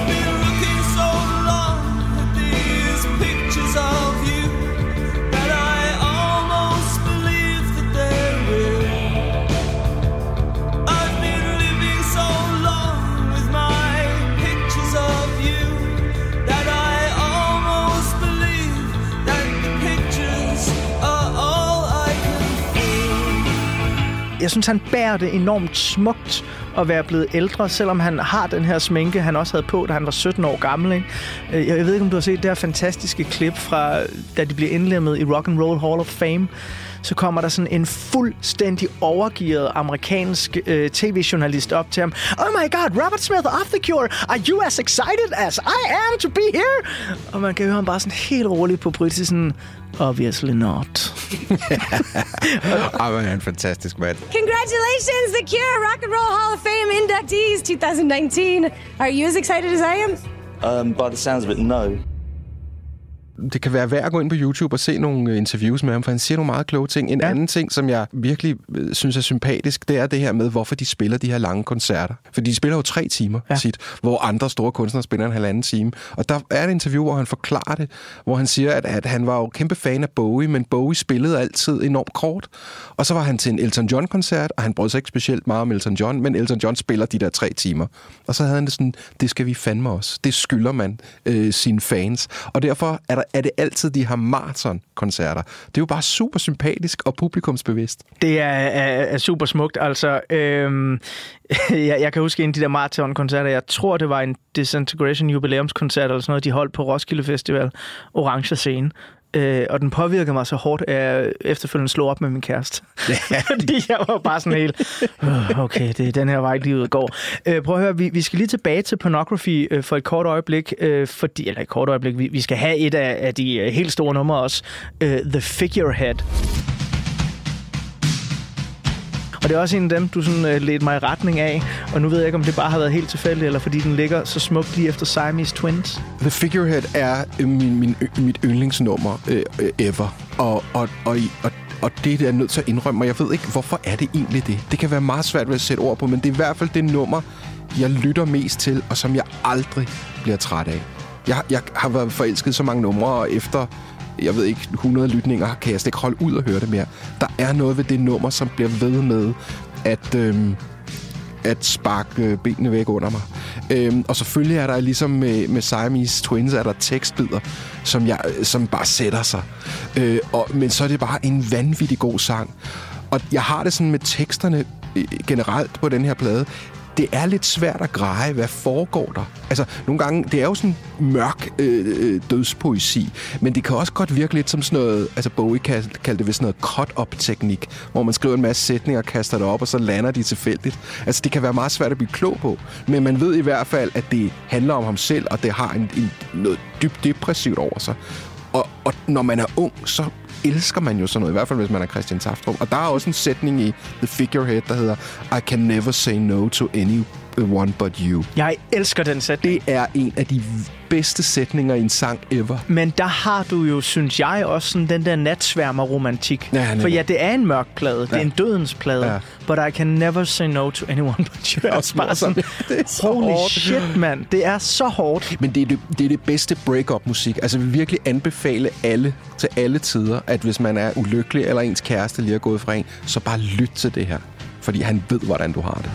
Jeg synes, han bærer det enormt smukt at være blevet ældre, selvom han har den her sminke, han også havde på, da han var 17 år gammel. Ikke? Jeg ved ikke, om du har set det her fantastiske klip fra, da de bliver indlemmet i Rock and Roll Hall of Fame. Så kommer der sådan en fuldstændig overgearet amerikansk tv-journalist op til ham. Oh my god, Robert Smith of The Cure, are you as excited as I am to be here? Og man kan høre ham bare sådan helt roligt på britisk sådan, obviously not. Han er en fantastisk mand. Congratulations, The Cure Rock and Roll Hall of Fame inductees 2019. Are you as excited as I am? By the sounds of it, no. Det kan være værd at gå ind på YouTube og se nogle interviews med ham, for han siger nogle meget kloge ting. En anden ting, som jeg virkelig synes er sympatisk, det er det her med, hvorfor de spiller de her lange koncerter. Fordi de spiller jo 3 timer sit, hvor andre store kunstnere spiller en 1,5 time. Og der er et interview, hvor han forklarer det, hvor han siger, at han var jo kæmpe fan af Bowie, men Bowie spillede altid enormt kort. Og så var han til en Elton John-koncert, og han brød sig ikke specielt meget om Elton John, men Elton John spiller de der 3 timer. Og så havde han det sådan, det skal vi fandme også. Det skylder man sine fans. Og derfor er det altid de her maraton-koncerter. Det er jo bare super sympatisk og publikumsbevidst. Det er super smukt. Altså, jeg kan huske en af de der maraton-koncerter. Jeg tror, det var en Disintegration jubilæumskoncert eller sådan noget, de holdt på Roskilde Festival. Orange scene. Og den påvirkede mig så hårdt, at jeg efterfølgende slog op med min kæreste. Fordi jeg var bare sådan helt, okay, det er den her vej, livet går. Prøv at høre, vi skal lige tilbage til pornography for et kort øjeblik. Vi skal have et af de helt store numre også. The Figurehead. Og det er også en af dem, du sådan ledte mig i retning af. Og nu ved jeg ikke, om det bare har været helt tilfældigt, eller fordi den ligger så smukt lige efter Siamese Twins. The Figurehead er mit yndlingsnummer ever. Og det er jeg nødt til at indrømme, og jeg ved ikke, hvorfor er det egentlig det. Det kan være meget svært ved at sætte ord på, men det er i hvert fald det nummer, jeg lytter mest til, og som jeg aldrig bliver træt af. Jeg har været forelsket så mange numre, og efter jeg ved ikke, 100 lytninger, kan jeg slet ikke holde ud og høre det mere. Der er noget ved det nummer, som bliver ved med at sparke benene væk under mig. Og selvfølgelig er der ligesom med Siamese Twins, er der tekstbider, som bare sætter sig. Men så er det bare en vanvittig god sang. Og jeg har det sådan med teksterne generelt på den her plade. Det er lidt svært at greje, hvad foregår der. Altså, nogle gange, det er jo sådan mørk dødspoesi, men det kan også godt virke lidt som sådan noget, altså Bowie kaldte det vist noget cut-up-teknik, hvor man skriver en masse sætninger og kaster det op, og så lander de tilfældigt. Altså, det kan være meget svært at blive klog på, men man ved i hvert fald, at det handler om ham selv, og det har noget dybt depressivt over sig. Og når man er ung, så elsker man jo sådan noget, i hvert fald hvis man er Christian Tafdrup. Og der er også en sætning i The Figurehead, der hedder I can never say no to anyone but you. Jeg elsker den sætning. Det er en af de bedste sætninger i en sang ever. Men der har du jo, synes jeg, også sådan den der natsværmer-romantik. Ja, for ja, det er en mørk plade. Det er en dødens plade. Ja. But I can never say no to anyone but you. Også bare sådan, det er så holy hårdt. Shit, mand. Det er så hårdt. Men det er det bedste break-up-musik. Altså, vi vil virkelig anbefale alle til alle tider, at hvis man er ulykkelig, eller ens kæreste lige er gået fra en, så bare lyt til det her. Fordi han ved, hvordan du har det.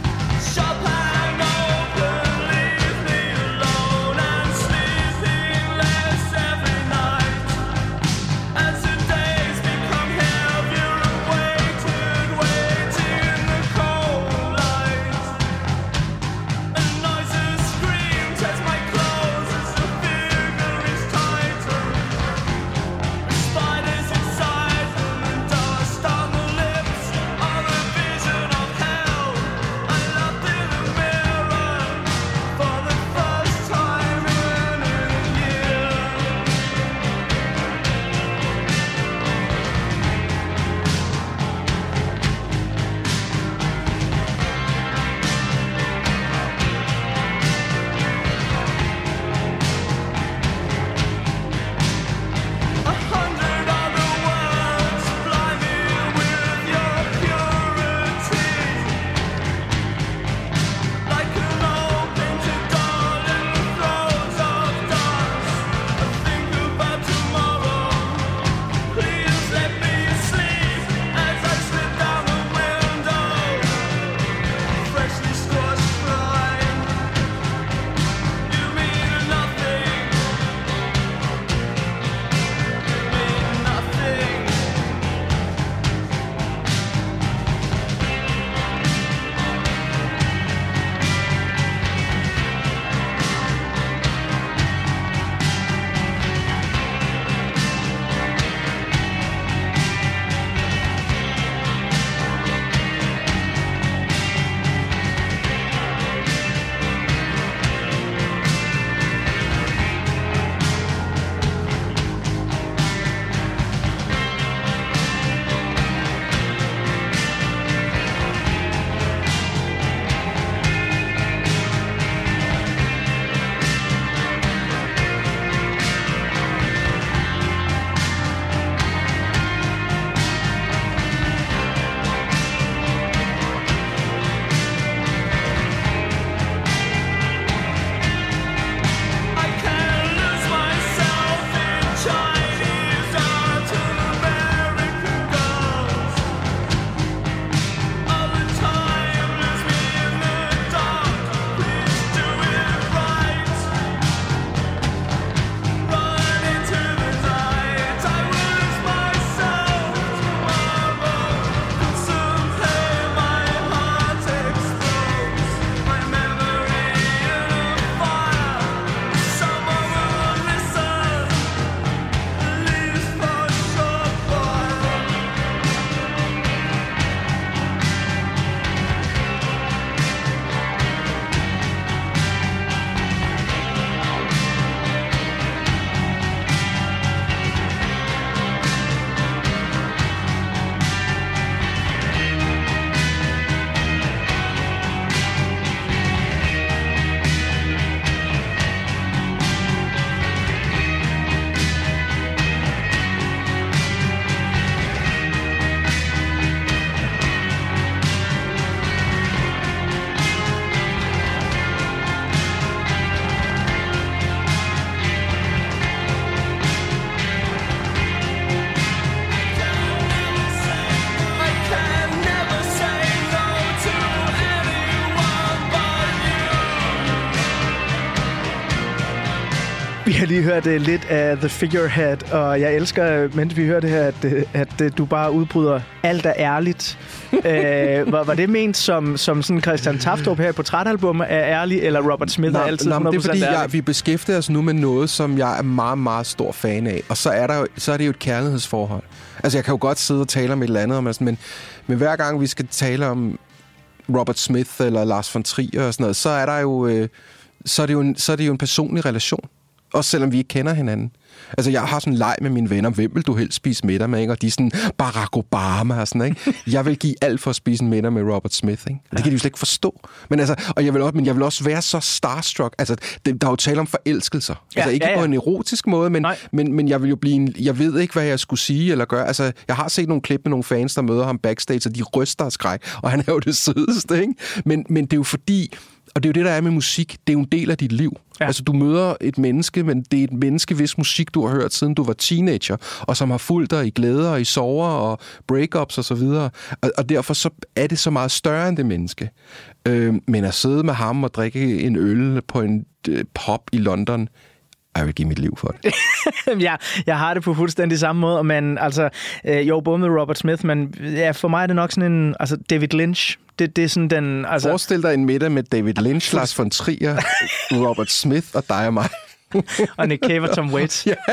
lige hørt lidt af The Figurehead, og jeg elsker, mens vi hørte her, at du bare udbryder alt er ærligt. Var det ment som sådan Christian Tafdrup her på Portrætalbum er ærlig, eller Robert Smith er altid 100% det er fordi, ærlig? vi beskæftiger os nu med noget, som jeg er meget, meget stor fan af, og så er det jo et kærlighedsforhold. Altså, jeg kan jo godt sidde og tale om et eller andet, men hver gang vi skal tale om Robert Smith eller Lars von Trier og sådan noget, så er der jo... Så er det jo en personlig relation. Også selvom vi ikke kender hinanden. Altså, jeg har sådan en leg med mine venner. Hvem vil du helst spise middag med, ikke? Og de er sådan Barack Obama og sådan, ikke? Jeg vil give alt for at spise en middag med Robert Smith, ikke? Det kan de jo slet ikke forstå. Men altså, jeg vil også være så starstruck. Altså, der er jo tale om forelskelser. Altså, ikke på en erotisk måde, men jeg vil jo blive jeg ved ikke, hvad jeg skulle sige eller gøre. Altså, jeg har set nogle klip med nogle fans, der møder ham backstage, og de ryster af skræk. Og han er jo det sødeste, ikke? Men det er jo fordi... Og det er jo det, der er med musik. Det er jo en del af dit liv. Ja. Altså, du møder et menneske, men det er et menneske, hvis musik, du har hørt, siden du var teenager, og som har fulgt dig i glæder, og i sorger, og breakups og så videre. Og derfor så er det så meget større end det menneske. Men at sidde med ham og drikke en øl på en pub i London, jeg vil give mit liv for det. Jeg har det på fuldstændig samme måde, men altså, jo, både med Robert Smith, men ja, for mig er det nok sådan en, altså David Lynch. Det er sådan den, altså... Forestil dig en middag med David Lynch, Lars von Trier, Robert Smith og dig og mig. Og Nick Cave og Tom Waits. Ja.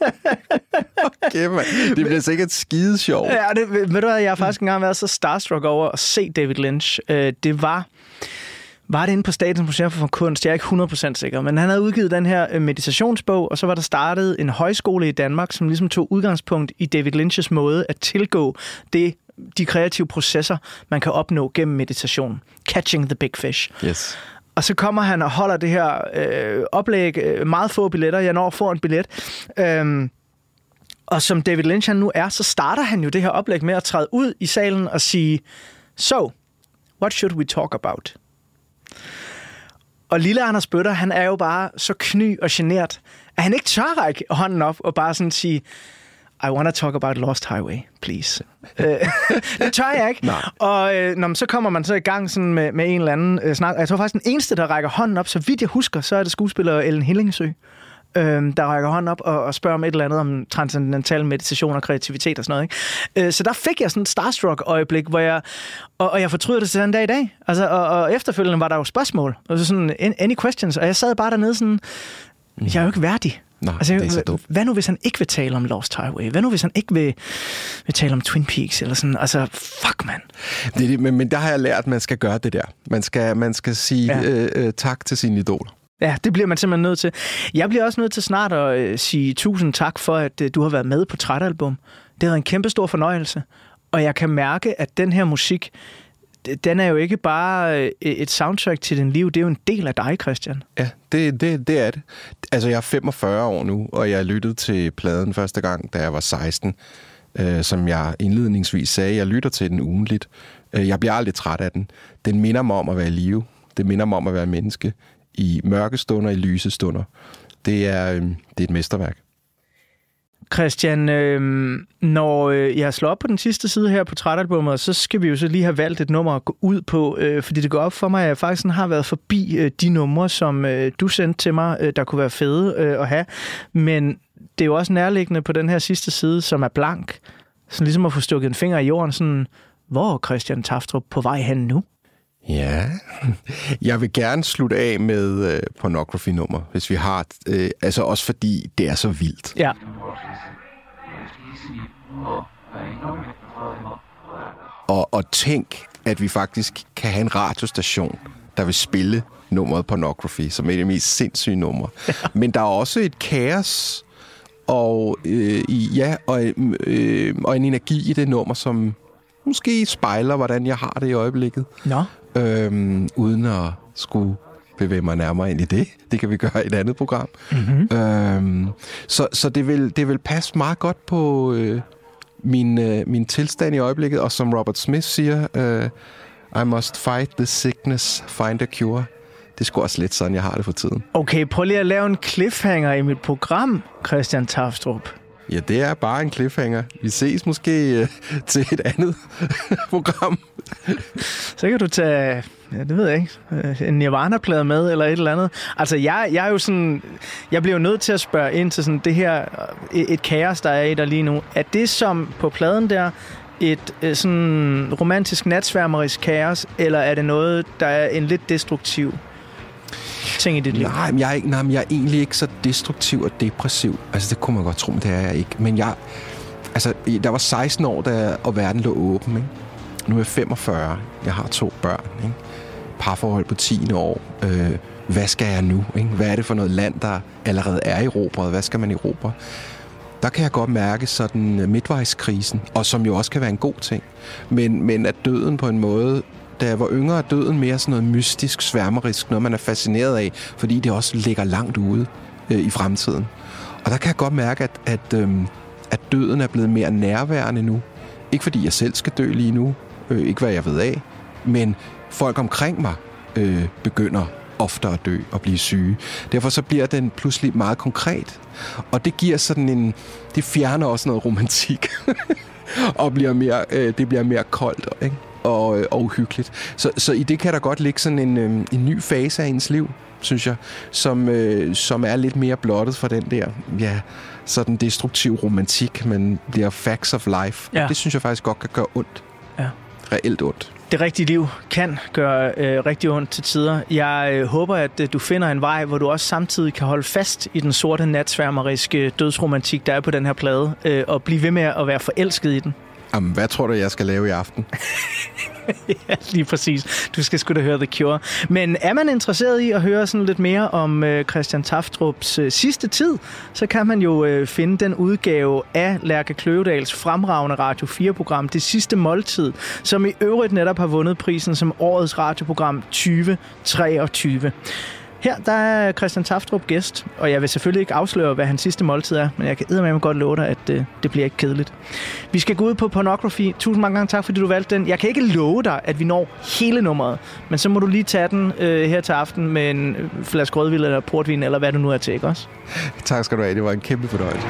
Okay, man. Det bliver sikkert skide sjovt. Ja, ved du hvad, jeg har faktisk engang været så starstruck over at se David Lynch. Det var det inde på Statens Museum for Kunst? Jeg er ikke 100% sikker, men han havde udgivet den her meditationsbog, og så var der startet en højskole i Danmark, som ligesom tog udgangspunkt i David Lynch's måde at tilgå de kreative processer, man kan opnå gennem meditation. Catching the big fish. Yes. Og så kommer han og holder det her oplæg, meget få billetter. Jeg når at få en billet. Og som David Lynch han nu er, så starter han jo det her oplæg med at træde ud i salen og sige, So, what should we talk about? Og lille Anders Bøtter, han er jo bare så kny og genert, at han ikke tør række hånden op og bare sådan sige, I want to talk about Lost Highway, please. Det tør jeg ikke. Nej. Og så kommer man så i gang sådan med en eller anden snak. Jeg tror faktisk, den eneste, der rækker hånden op, så vidt jeg husker, så er det skuespiller Ellen Hillingsø, der rækker hånden op og spørger om et eller andet om transcendental meditation og kreativitet og sådan noget. Ikke? Så der fik jeg sådan et starstruck-øjeblik, hvor jeg fortryder det til den dag i dag. Altså, og efterfølgende var der jo spørgsmål. Og så sådan, any questions? Og jeg sad bare dernede sådan, jeg er jo ikke værdig. Nå, altså, det er så dumt. Hvad nu, hvis han ikke vil tale om Lost Highway? Hvad nu, hvis han ikke vil tale om Twin Peaks? Eller sådan, altså, fuck, man. Men der har jeg lært, at man skal gøre det der. Man skal sige tak til sine idoler. Ja, det bliver man simpelthen nødt til. Jeg bliver også nødt til snart at sige tusind tak for, at du har været med på Portrætalbum. Det har været en kæmpe stor fornøjelse. Og jeg kan mærke, at den her musik, den er jo ikke bare et soundtrack til din liv, det er jo en del af dig, Christian. Ja, det er det. Altså, jeg er 45 år nu, og jeg lyttede til pladen første gang, da jeg var 16. Som jeg indledningsvis sagde, jeg lytter til den ugenligt. Jeg bliver aldrig træt af den. Den minder mig om at være i live. Det minder mig om at være menneske. I mørke stunder, i lyse stunder. Det er et mesterværk. Christian, når jeg slår op på den sidste side her på Portrætalbummet, så skal vi jo så lige have valgt et nummer at gå ud på, fordi det går op for mig, at jeg faktisk har været forbi de numre, som du sendte til mig, der kunne være fede at have. Men det er jo også nærliggende på den her sidste side, som er blank, sådan ligesom at få stukket en finger i jorden, sådan, hvor er Christian Tafdrup på vej hen nu? Ja, jeg vil gerne slutte af med Pornography-nummer, hvis vi har, altså også fordi det er så vildt. Ja. Og tænk, at vi faktisk kan have en radiostation, der vil spille nummeret Pornography, som er det mest sindssyge numre. Ja. Men der er også et kaos og en energi i det nummer, som måske spejler, hvordan jeg har det i øjeblikket. Nå. Uden at skulle bevæge mig nærmere ind i det. Det kan vi gøre i et andet program. Mm-hmm. Så det vil passe meget godt på min tilstand i øjeblikket, og som Robert Smith siger, I must fight the sickness, find a cure. Det er sgu også lidt sådan, jeg har det for tiden. Okay, prøv lige at lave en cliffhanger i mit program, Christian Tafdrup. Ja, det er bare en cliffhanger. Vi ses måske til et andet program. Så kan du tage, det ved jeg ikke, en Nirvana-plade med, eller et eller andet. Altså, jeg er jo sådan, jeg bliver jo nødt til at spørge ind til sådan det her, et kaos, der er i der lige nu. Er det som på pladen der, et sådan romantisk natsværmerisk kaos, eller er det noget, der er en lidt destruktiv ting i dit liv? Nej, men jeg er egentlig ikke så destruktiv og depressiv. Altså, det kunne man godt tro, men det er jeg ikke. Men der var 16 år, og verden lå åben, ikke? Nu er jeg 45. Jeg har 2 børn, ikke? Parforhold på 10. år. Hvad skal jeg nu? Ikke? Hvad er det for noget land, der allerede er erobret? Hvad skal man erobre? Der kan jeg godt mærke sådan midtvejskrisen, og som jo også kan være en god ting. Men at døden på en måde, da jeg var yngre, er døden mere sådan noget mystisk, sværmerisk, noget man er fascineret af, fordi det også ligger langt ude i fremtiden. Og der kan jeg godt mærke, at døden er blevet mere nærværende nu. Ikke fordi jeg selv skal dø lige nu, ikke hvad jeg ved af, men folk omkring mig begynder oftere at dø og blive syge. Derfor så bliver den pludselig meget konkret. Og det giver sådan det fjerner også noget romantik. Og det bliver mere koldt, ikke? Og uhyggeligt. Så i det kan der godt ligge sådan en ny fase af ens liv, synes jeg, som er lidt mere blottet for den der, sådan destruktiv romantik, men bliver facts of life. Ja. Det synes jeg faktisk godt kan gøre ondt. Ja. Reelt ondt. Det rigtige liv kan gøre rigtig ondt til tider. Jeg håber, at du finder en vej, hvor du også samtidig kan holde fast i den sorte natsværmeriske dødsromantik, der er på den her plade, og blive ved med at være forelsket i den. Jamen, hvad tror du, jeg skal lave i aften? Ja, lige præcis. Du skal sgu da høre The Cure. Men er man interesseret i at høre sådan lidt mere om Christian Tafdrups sidste tid, så kan man jo finde den udgave af Lærke Kløvedals fremragende Radio 4-program, Det Sidste Måltid, som i øvrigt netop har vundet prisen som årets radioprogram 2023. Her der er Christian Tafdrup gæst, og jeg vil selvfølgelig ikke afsløre, hvad hans sidste måltid er, men jeg kan eddermame godt love dig, at det bliver ikke kedeligt. Vi skal gå ud på Pornography. Tusind mange gange tak, fordi du valgte den. Jeg kan ikke love dig, at vi når hele nummeret, men så må du lige tage den her til aften med en flaske rødvin eller portvin, eller hvad du nu er til, ikke også? Tak skal du have. Det var en kæmpe fornøjelse.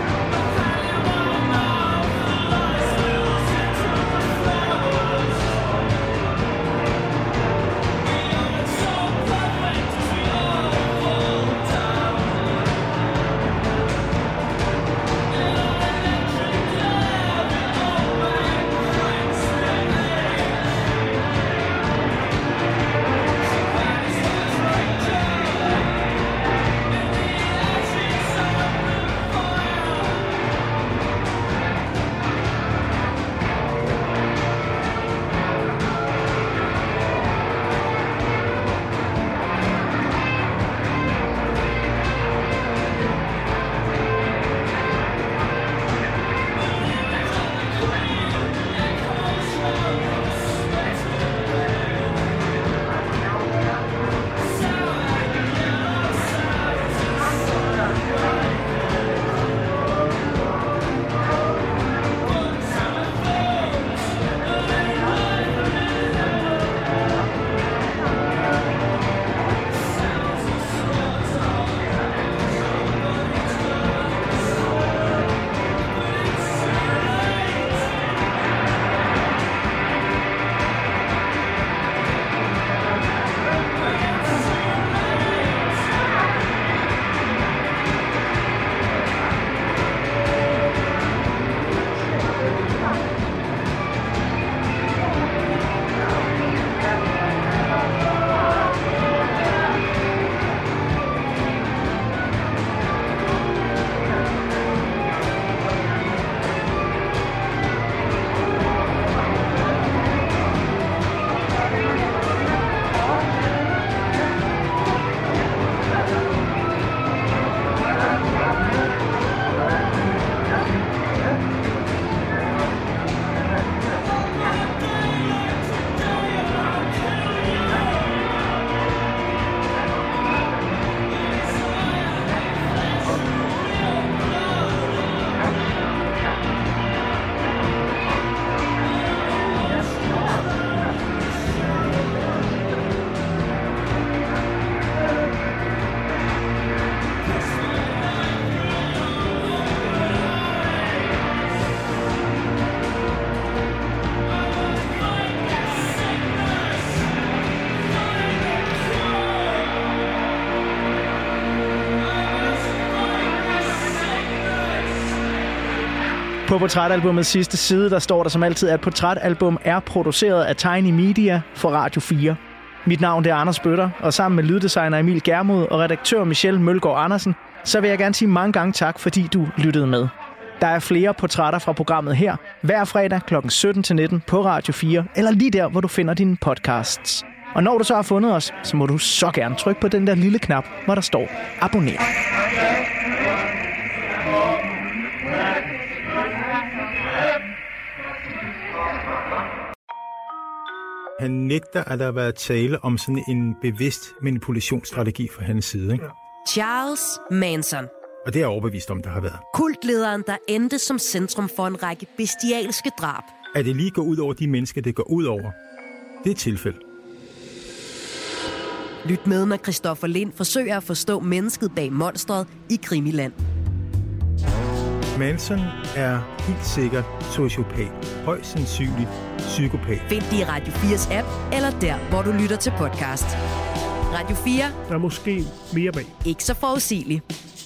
På portrætalbummets sidste side, der står der som altid, at portrætalbum er produceret af Tiny Media for Radio 4. Mit navn er Anders Bøtter, og sammen med lyddesigner Emil Germod og redaktør Michelle Mølgaard Andersen, så vil jeg gerne sige mange gange tak, fordi du lyttede med. Der er flere portrætter fra programmet her, hver fredag kl. 17-19 på Radio 4, eller lige der, hvor du finder dine podcasts. Og når du så har fundet os, så må du så gerne trykke på den der lille knap, hvor der står abonner. Han nægter, at der har været tale om sådan en bevidst manipulationsstrategi fra hans side. Ikke? Charles Manson. Og det er jeg overbevist om, der har været. Kultlederen, der endte som centrum for en række bestialske drab. At det lige går ud over de mennesker, det går ud over, det er et tilfælde. Lyt med, når Christoffer Lind forsøger at forstå mennesket bag monstret i Krimiland. Manson er helt sikkert sociopat. Højst sandsynligt psykopat. Find det i Radio 4's app, eller der, hvor du lytter til podcast. Radio 4. Der er måske mere bag. Ikke så forudsigeligt.